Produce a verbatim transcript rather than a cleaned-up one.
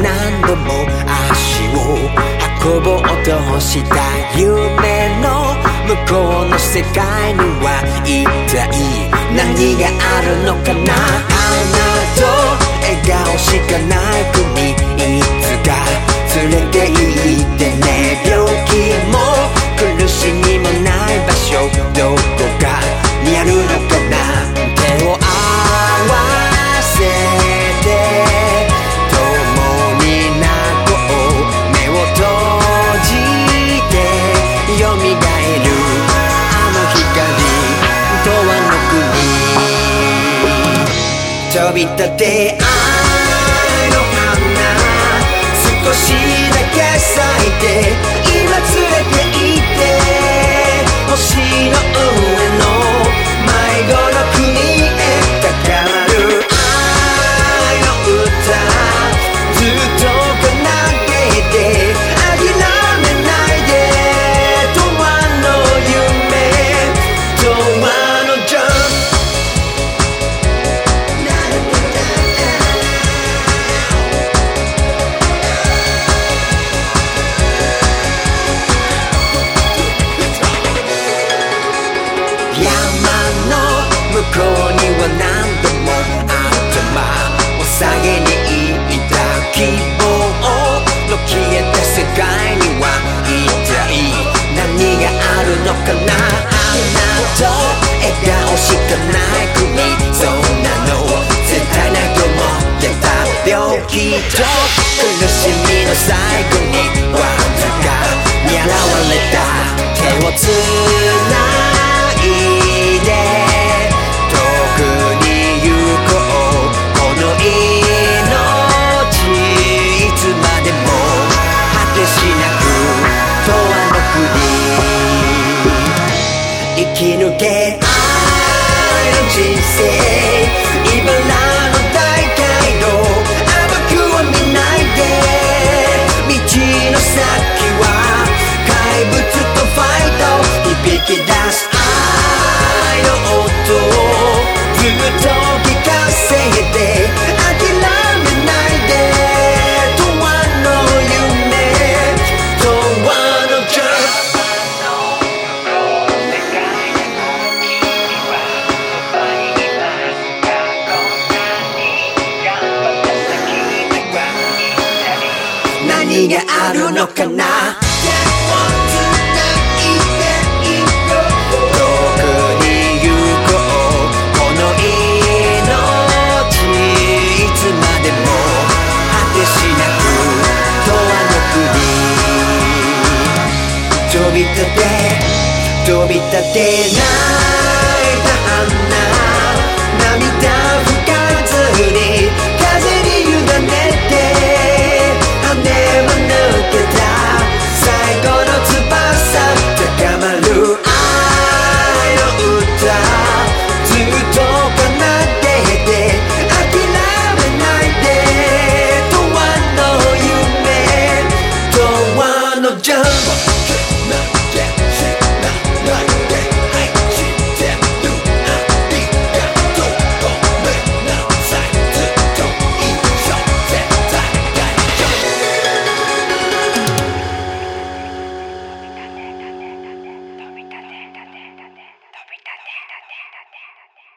何度も足を運ぼうとした夢の向こうの世界には一体何があるのかな。花と笑顔しかない国、いつか連れて行ってね。病気も苦しみもない場所、どこかにあるのかな。手を合わせて共に泣こう、目を閉じて蘇るあの光とあの国。飛び立て愛の花、少しだけ咲いて今連れて行って、星の上の迷子の国へ高まる愛の歌、ずっと奏でて諦めないで。永遠の夢、永遠のジャンプ。向こうには何度も頭を下げに行った希望の消えた世界には一体何があるのかな。花と笑顔しかない国、そんなの絶対ないと思ってた。病気と苦しみの最後にわずかに現れた。手をつないで生き抜け愛の人生、茨の大街道甘くは見ないで。道の先は怪物とファイト、響き出す愛の音をずっと聞かせて諦めないで。永遠の夢、永遠のジャンプ。何があるのかな。遠くに行こう、この命いつまでも果てしなく永遠の国。飛び立て飛び立て泣いた花、涙拭かずに風に委ねて羽は抜けた最後の翼、高まる愛の歌、ずっと奏でて諦めないで。永遠の夢、永遠のジャンプ。飛び立て